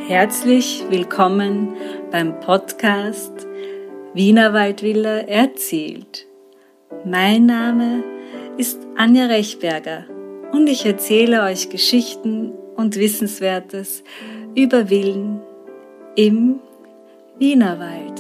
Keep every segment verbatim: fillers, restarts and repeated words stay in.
Herzlich willkommen beim Podcast Wienerwaldvilla erzählt. Mein Name ist Anja Rechberger und ich erzähle euch Geschichten und Wissenswertes über Villen im Wienerwald.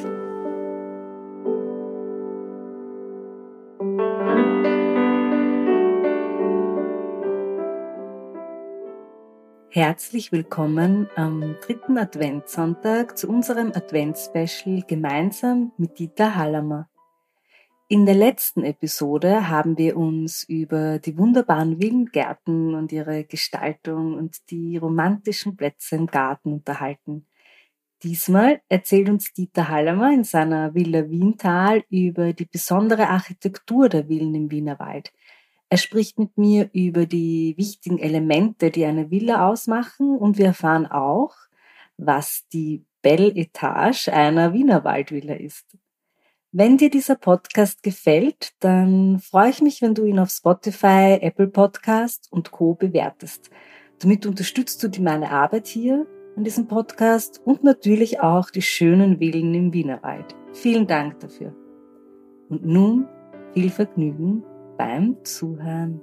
Herzlich willkommen am dritten Adventssonntag zu unserem Adventsspecial gemeinsam mit Dieter Hallamer. In der letzten Episode haben wir uns über die wunderbaren Villengärten und ihre Gestaltung und die romantischen Plätze im Garten unterhalten. Diesmal erzählt uns Dieter Hallamer in seiner Villa Wiental über die besondere Architektur der Villen im Wienerwald. Er spricht mit mir über die wichtigen Elemente, die eine Villa ausmachen, und wir erfahren auch, was die Belle Etage einer Wienerwaldvilla ist. Wenn dir dieser Podcast gefällt, dann freue ich mich, wenn du ihn auf Spotify, Apple Podcast und Co. bewertest. Damit unterstützt du meine Arbeit hier an diesem Podcast und natürlich auch die schönen Villen im Wienerwald. Vielen Dank dafür. Und nun viel Vergnügen beim Zuhören.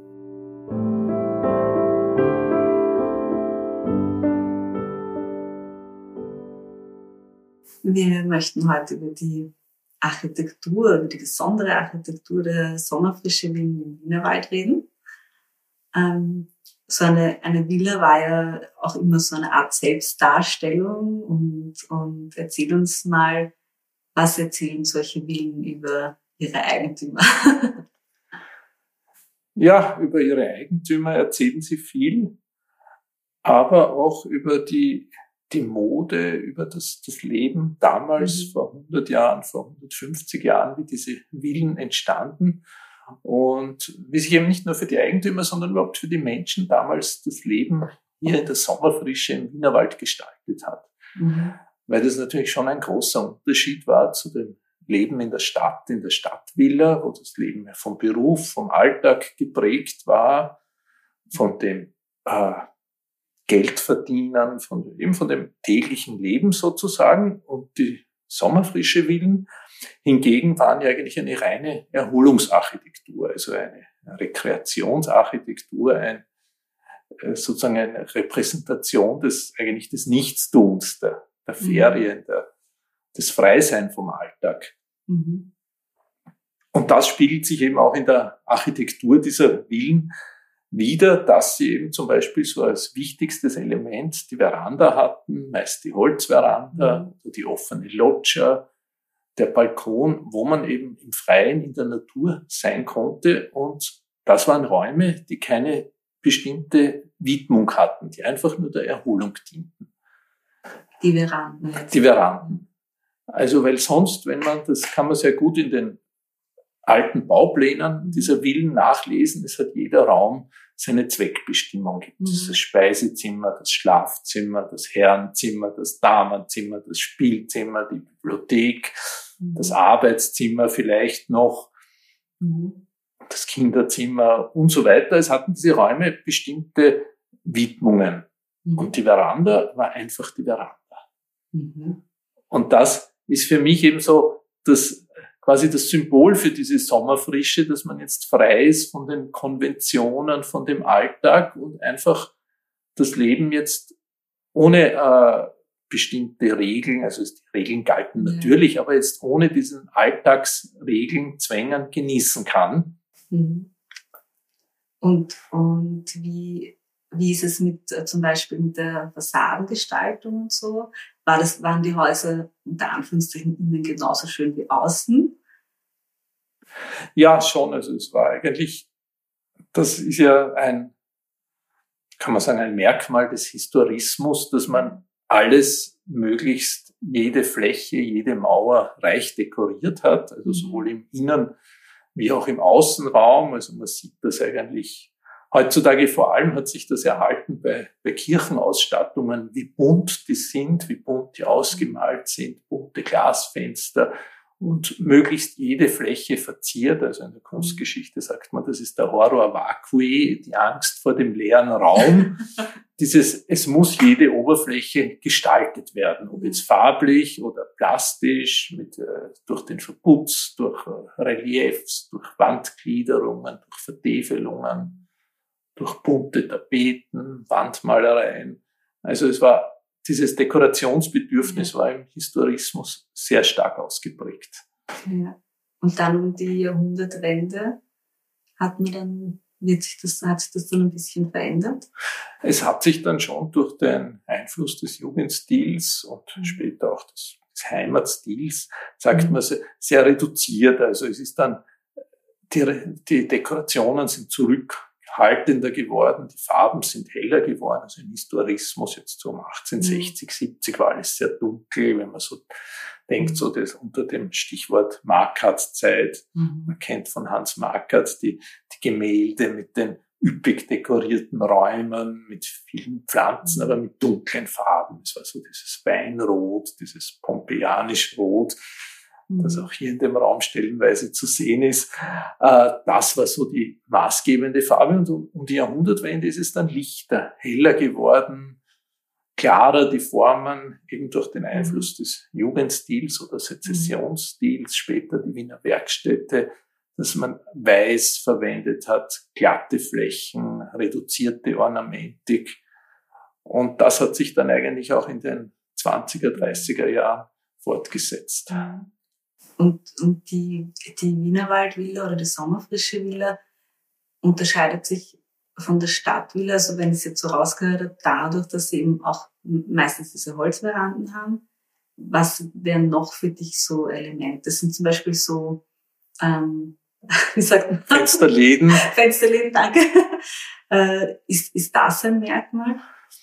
Wir möchten heute über die Architektur, über die besondere Architektur der Sommerfrische Villen im Wienerwald reden. Ähm, so eine, eine Villa war ja auch immer so eine Art Selbstdarstellung und, und erzähl uns mal, was erzählen solche Villen über ihre Eigentümer? Ja, über ihre Eigentümer erzählen sie viel, aber auch über die, die Mode, über das, das Leben damals, mhm. vor hundert Jahren, vor hundertfünfzig Jahren, wie diese Villen entstanden und wie sich eben nicht nur für die Eigentümer, sondern überhaupt für die Menschen damals das Leben hier in der Sommerfrische im Wienerwald gestaltet hat. Mhm. Weil das natürlich schon ein großer Unterschied war zu dem Leben in der Stadt, in der Stadtvilla, wo das Leben vom Beruf, vom Alltag geprägt war, von dem äh, Geldverdienen, von, eben von dem täglichen Leben sozusagen. Und die Sommerfrische Villen hingegen waren ja eigentlich eine reine Erholungsarchitektur, also eine Rekreationsarchitektur, ein, äh, sozusagen eine Repräsentation des eigentlich des Nichtstuns, der, der Ferien, der das Freisein vom Alltag. Mhm. Und das spiegelt sich eben auch in der Architektur dieser Villen wider, dass sie eben zum Beispiel so als wichtigstes Element die Veranda hatten, meist die Holzveranda, mhm. oder die offene Loggia, der Balkon, wo man eben im Freien in der Natur sein konnte. Und das waren Räume, die keine bestimmte Widmung hatten, die einfach nur der Erholung dienten. Die Veranden. Die Veranden. Also, weil sonst, wenn man, das kann man sehr gut in den alten Bauplänen dieser Villen nachlesen, es hat jeder Raum seine Zweckbestimmung. Gibt es mhm. das Speisezimmer, das Schlafzimmer, das Herrenzimmer, das Damenzimmer, das Spielzimmer, die Bibliothek, mhm. das Arbeitszimmer vielleicht noch, mhm. das Kinderzimmer und so weiter. Es hatten diese Räume bestimmte Widmungen. Mhm. Und die Veranda war einfach die Veranda. Mhm. Und das ist für mich eben so das, quasi das Symbol für diese Sommerfrische, dass man jetzt frei ist von den Konventionen, von dem Alltag und einfach das Leben jetzt ohne äh, bestimmte Regeln, also die Regeln galten ja. natürlich, aber jetzt ohne diesen Alltagsregeln, Zwängen genießen kann. Mhm. Und, und wie, wie ist es mit äh, zum Beispiel mit der Fassadengestaltung und so? War das, waren die Häuser unter Anführungszeichen innen genauso schön wie außen? Ja, schon. Also es war eigentlich, das ist ja ein, kann man sagen, ein Merkmal des Historismus, dass man alles möglichst, jede Fläche, jede Mauer reich dekoriert hat, also sowohl im Innen wie auch im Außenraum. Also man sieht das eigentlich heutzutage vor allem hat sich das erhalten bei, bei Kirchenausstattungen, wie bunt die sind, wie bunt die ausgemalt sind, bunte Glasfenster und möglichst jede Fläche verziert. Also in der Kunstgeschichte sagt man, das ist der Horror vacui, die Angst vor dem leeren Raum. Dieses, es muss jede Oberfläche gestaltet werden, ob jetzt farblich oder plastisch, mit, äh, durch den Verputz, durch äh, Reliefs, durch Wandgliederungen, durch Vertäfelungen, durch bunte Tapeten, Wandmalereien. Also es war, dieses Dekorationsbedürfnis war im Historismus sehr stark ausgeprägt. Ja. Und dann um die Jahrhundertwende hat man dann, wird sich das, hat sich das dann ein bisschen verändert? Es hat sich dann schon durch den Einfluss des Jugendstils und mhm. später auch des, des Heimatstils, sagt mhm. man, sehr reduziert. Also es ist dann, die, die Dekorationen sind zurückhaltender geworden, die Farben sind heller geworden. Also im Historismus jetzt so um achtzehnhundertsechzig, mhm. siebzig war alles sehr dunkel, wenn man so denkt, so das unter dem Stichwort Marquardt-Zeit. Mhm. Man kennt von Hans Marquardt die, die Gemälde mit den üppig dekorierten Räumen, mit vielen Pflanzen, mhm. aber mit dunklen Farben. Es war so dieses Weinrot, dieses pompeianisch Rot, mhm. das auch hier in dem Raum stellenweise zu sehen ist. Das war so die maßgebende Farbe. Und um die Jahrhundertwende ist es dann lichter, heller geworden, klarer die Formen, eben durch den Einfluss des Jugendstils oder Sezessionsstils, später die Wiener Werkstätte, dass man Weiß verwendet hat, glatte Flächen, reduzierte Ornamentik. Und das hat sich dann eigentlich auch in den zwanziger, dreißiger Jahren fortgesetzt. Und, und die, die Wienerwaldvilla oder die Sommerfrische Villa unterscheidet sich von der Stadtvilla, also wenn ich es jetzt so rausgehört habe, dadurch, dass sie eben auch meistens diese Holzveranden haben. Was wären noch für dich so Elemente? Das sind zum Beispiel so, ähm, wie sagt man? Fensterläden. Fensterläden, danke. Äh, ist, ist das ein Merkmal?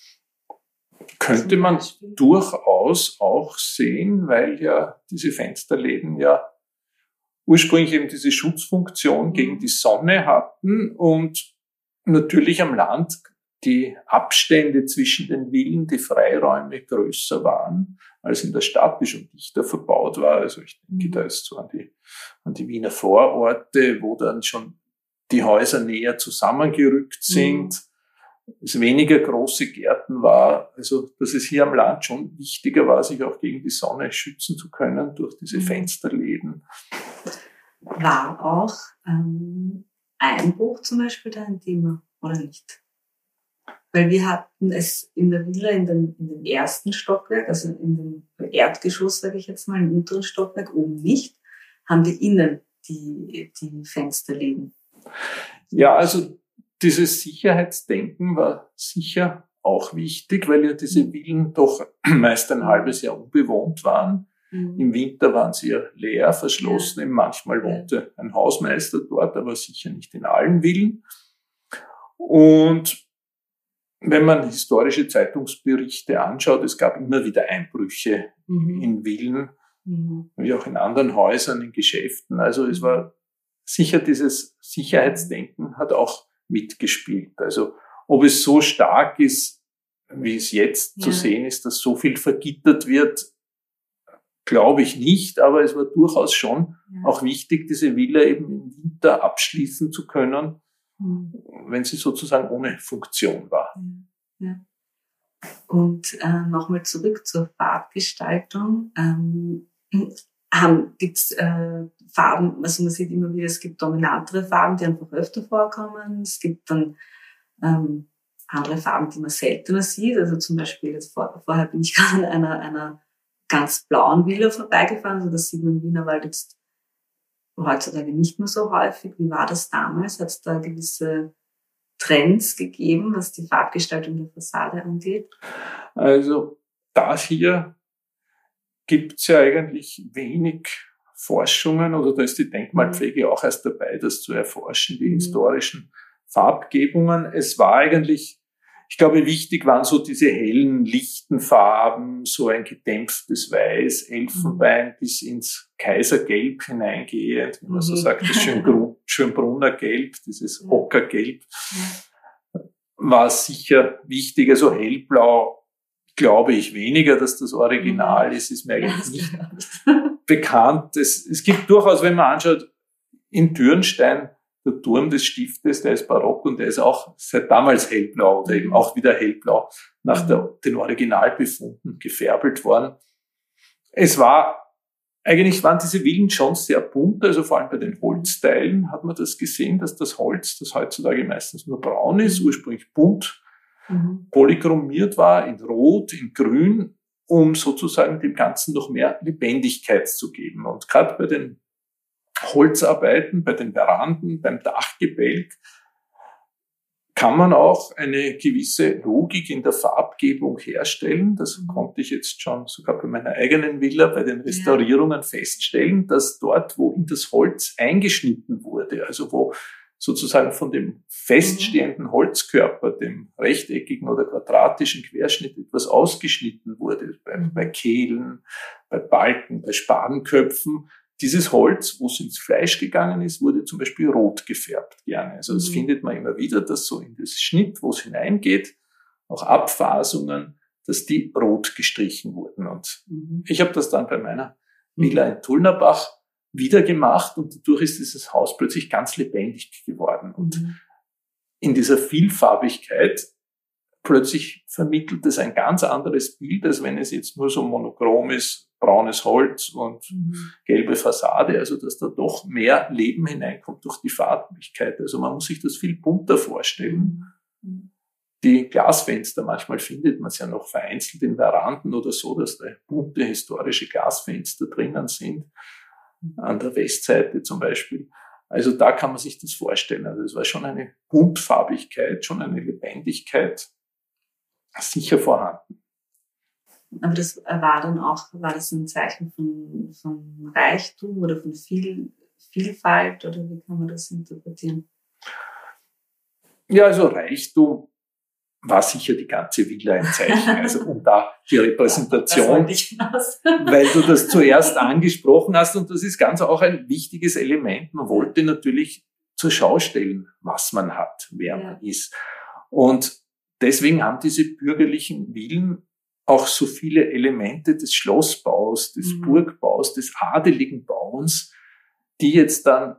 Könnte man durchaus auch sehen, weil ja diese Fensterläden ja ursprünglich eben diese Schutzfunktion mhm. gegen die Sonne hatten und natürlich am Land die Abstände zwischen den Villen, die Freiräume größer waren, als in der Stadt, die schon dichter verbaut war. Also ich denke mhm. da jetzt so an die, an die Wiener Vororte, wo dann schon die Häuser näher zusammengerückt sind, mhm. es weniger große Gärten war. Also, dass es hier am Land schon wichtiger war, sich auch gegen die Sonne schützen zu können durch diese mhm. Fensterläden. War auch ähm, Einbruch zum Beispiel da ein Thema, oder nicht? Weil wir hatten es in der Villa in dem, in dem ersten Stockwerk, also in dem Erdgeschoss, sage ich jetzt mal, im unteren Stockwerk, oben nicht, haben wir innen die, die Fensterläden. Ja, also dieses Sicherheitsdenken war sicher auch wichtig, weil ja diese Villen doch meist ein halbes Jahr unbewohnt waren. Mhm. Im Winter waren sie ja leer, verschlossen. Ja. Manchmal wohnte ein Hausmeister dort, aber sicher nicht in allen Villen. Und wenn man historische Zeitungsberichte anschaut, es gab immer wieder Einbrüche mhm. in Villen, mhm. wie auch in anderen Häusern, in Geschäften. Also es war sicher, dieses Sicherheitsdenken hat auch mitgespielt. Also ob es so stark ist, wie es jetzt ja. zu sehen ist, dass so viel vergittert wird, glaube ich nicht, aber es war durchaus schon ja. auch wichtig, diese Villa eben im Winter abschließen zu können, mhm. wenn sie sozusagen ohne Funktion war. Ja. Und äh, nochmal zurück zur Farbgestaltung. Ähm, haben, gibt's äh, Farben, also man sieht immer wieder, es gibt dominantere Farben, die einfach öfter vorkommen. Es gibt dann ähm, andere Farben, die man seltener sieht. Also zum Beispiel, jetzt vor, vorher bin ich gerade an einer, einer ganz blauen Villa vorbeigefahren. Also das sieht man im Wienerwald jetzt heutzutage nicht mehr so häufig. Wie war das damals? Hat es da gewisse Trends gegeben, was die Farbgestaltung der Fassade angeht? Also das hier gibt's ja eigentlich wenig Forschungen, oder da ist die Denkmalpflege mhm. auch erst dabei, das zu erforschen, die mhm. historischen Farbgebungen. Es war eigentlich, ich glaube, wichtig waren so diese hellen, lichten Farben, so ein gedämpftes Weiß, Elfenbein mhm. bis ins Kaisergelb hineingehend, wie man mhm. so sagt, das Schönbrun- Schönbrunner Gelb, dieses Ockergelb, mhm. war sicher wichtig. Also hellblau glaube ich weniger, dass das Original mhm. ist, ist mir eigentlich nicht bekannt. Es, es gibt durchaus, wenn man anschaut, in Dürnstein, der Turm des Stiftes, der ist barock und der ist auch seit damals hellblau oder eben auch wieder hellblau nach der, den Originalbefunden gefärbelt worden. Es war, eigentlich waren diese Villen schon sehr bunt, also vor allem bei den Holzteilen hat man das gesehen, dass das Holz, das heutzutage meistens nur braun ist, ursprünglich bunt, mhm. polychromiert war, in Rot, in Grün, um sozusagen dem Ganzen noch mehr Lebendigkeit zu geben. Und gerade bei den Holzarbeiten, bei den Veranden, beim Dachgebälk kann man auch eine gewisse Logik in der Farbgebung herstellen. Das konnte ich jetzt schon sogar bei meiner eigenen Villa bei den Restaurierungen ja. feststellen, dass dort, wo in das Holz eingeschnitten wurde, also wo sozusagen von dem feststehenden Holzkörper, dem rechteckigen oder quadratischen Querschnitt etwas ausgeschnitten wurde, bei, bei Kehlen, bei Balken, bei Spadenköpfen. Dieses Holz, wo es ins Fleisch gegangen ist, wurde zum Beispiel rot gefärbt gerne. Also das mhm. findet man immer wieder, dass so in das Schnitt, wo es hineingeht, auch Abfasungen, dass die rot gestrichen wurden. Und mhm. ich habe das dann bei meiner Villa in Tullnerbach wieder gemacht und dadurch ist dieses Haus plötzlich ganz lebendig geworden. Und mhm. in dieser Vielfarbigkeit plötzlich vermittelt es ein ganz anderes Bild, als wenn es jetzt nur so monochrom ist, braunes Holz und mhm. gelbe Fassade, also dass da doch mehr Leben hineinkommt durch die Farbigkeit. Also man muss sich das viel bunter vorstellen. Mhm. Die Glasfenster, manchmal findet man es ja noch vereinzelt in Veranden oder so, dass da bunte historische Glasfenster drinnen sind, an der Westseite zum Beispiel. Also da kann man sich das vorstellen. Also es war schon eine Buntfarbigkeit, schon eine Lebendigkeit sicher vorhanden. Aber das war dann auch, war das ein Zeichen von, von Reichtum oder von viel, Vielfalt oder wie kann man das interpretieren? Ja, also Reichtum war sicher die ganze Villa ein Zeichen. Also um da die Repräsentation, ja, weil du das zuerst angesprochen hast und das ist ganz auch ein wichtiges Element. Man wollte natürlich zur Schau stellen, was man hat, wer ja. man ist. Und deswegen haben diese bürgerlichen Villen auch so viele Elemente des Schlossbaus, des mhm. Burgbaus, des adeligen Bauens, die jetzt dann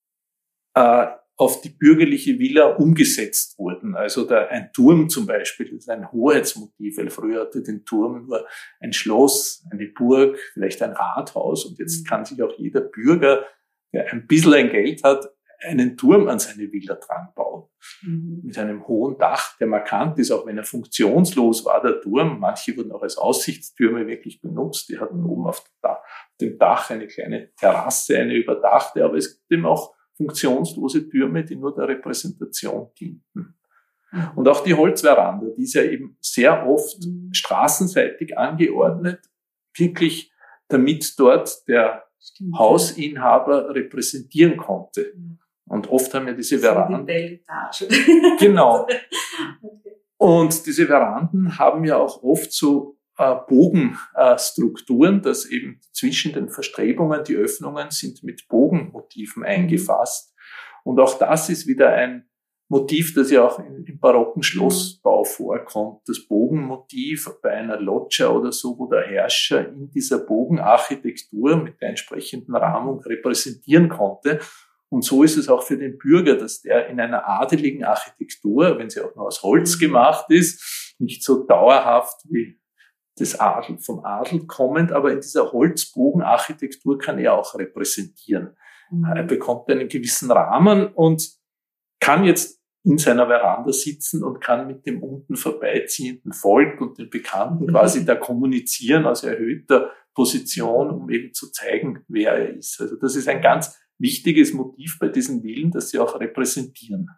äh, auf die bürgerliche Villa umgesetzt wurden. Also der, ein Turm zum Beispiel, das ist ein Hoheitsmotiv, weil früher hatte den Turm nur ein Schloss, eine Burg, vielleicht ein Rathaus und jetzt mhm. kann sich auch jeder Bürger, der ein bisschen ein Geld hat, einen Turm an seine Villa dran bauen. Mhm. Mit einem hohen Dach, der markant ist, auch wenn er funktionslos war, der Turm. Manche wurden auch als Aussichtstürme wirklich benutzt. Die hatten oben auf dem Dach eine kleine Terrasse, eine überdachte, aber es gibt eben auch funktionslose Türme, die nur der Repräsentation dienten. Mhm. Und auch die Holzveranda, die ist ja eben sehr oft mhm. straßenseitig angeordnet, wirklich damit dort der Stimmt, Hausinhaber repräsentieren konnte. Mhm. Und oft haben ja diese Veranden... Die Belletage. Genau. Okay. Und diese Veranden haben ja auch oft so äh, Bogenstrukturen, äh, dass eben zwischen den Verstrebungen, die Öffnungen sind mit Bogenmotiven eingefasst. Mhm. Und auch das ist wieder ein Motiv, das ja auch im, im barocken Schlossbau vorkommt. Das Bogenmotiv bei einer Loggia oder so, wo der Herrscher in dieser Bogenarchitektur mit der entsprechenden Rahmung repräsentieren konnte. Und so ist es auch für den Bürger, dass der in einer adeligen Architektur, wenn sie auch nur aus Holz gemacht ist, nicht so dauerhaft wie das Adel, vom Adel kommend, aber in dieser Holzbogenarchitektur kann er auch repräsentieren. Mhm. Er bekommt einen gewissen Rahmen und kann jetzt in seiner Veranda sitzen und kann mit dem unten vorbeiziehenden Volk und den Bekannten mhm. quasi da kommunizieren aus erhöhter Position, um eben zu zeigen, wer er ist. Also das ist ein ganz wichtiges Motiv bei diesen Villen, dass sie auch repräsentieren.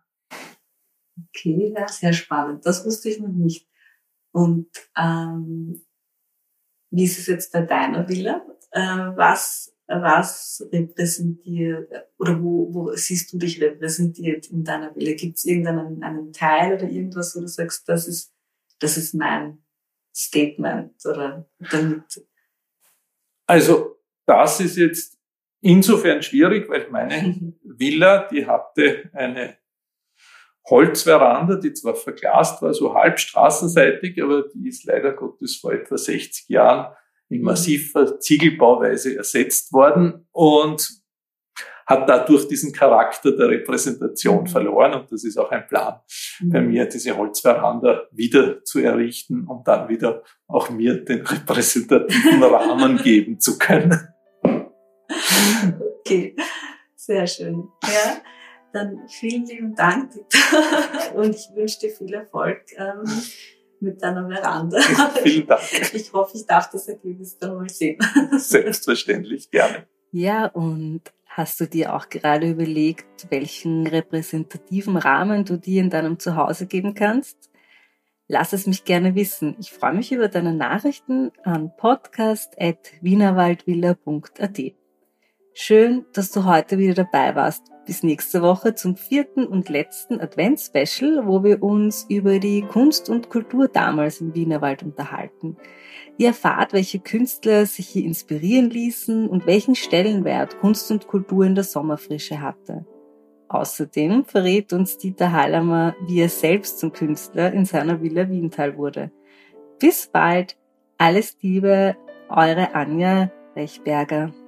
Okay, ja, sehr spannend. Das wusste ich noch nicht. Und ähm, wie ist es jetzt bei deiner Villa? Äh, was, was repräsentiert, oder wo, wo siehst du dich repräsentiert in deiner Villa? Gibt es irgendeinen einen Teil oder irgendwas, wo du sagst, das ist, das ist mein Statement oder damit? Also das ist jetzt insofern schwierig, weil meine Villa, die hatte eine Holzveranda, die zwar verglast war, so halb straßenseitig, aber die ist leider Gottes vor etwa sechzig Jahren in massiver Ziegelbauweise ersetzt worden und hat dadurch diesen Charakter der Repräsentation verloren. Und das ist auch ein Plan mhm. bei mir, diese Holzveranda wieder zu errichten und dann wieder auch mir den repräsentativen Rahmen geben zu können. Okay, sehr schön. Ja, dann vielen lieben Dank und ich wünsche dir viel Erfolg ähm, mit deiner Veranda. Vielen Dank. Ich hoffe, ich darf das Ergebnis dann mal sehen. Selbstverständlich, gerne. Ja, und hast du dir auch gerade überlegt, welchen repräsentativen Rahmen du dir in deinem Zuhause geben kannst? Lass es mich gerne wissen. Ich freue mich über deine Nachrichten an podcast at wienerwaldvilla punkt at. Schön, dass du heute wieder dabei warst. Bis nächste Woche zum vierten und letzten Advents-Special, wo wir uns über die Kunst und Kultur damals im Wienerwald unterhalten. Ihr erfahrt, welche Künstler sich hier inspirieren ließen und welchen Stellenwert Kunst und Kultur in der Sommerfrische hatte. Außerdem verrät uns Dieter Hallamer, wie er selbst zum Künstler in seiner Villa Wiental wurde. Bis bald, alles Liebe, eure Anja Rechberger.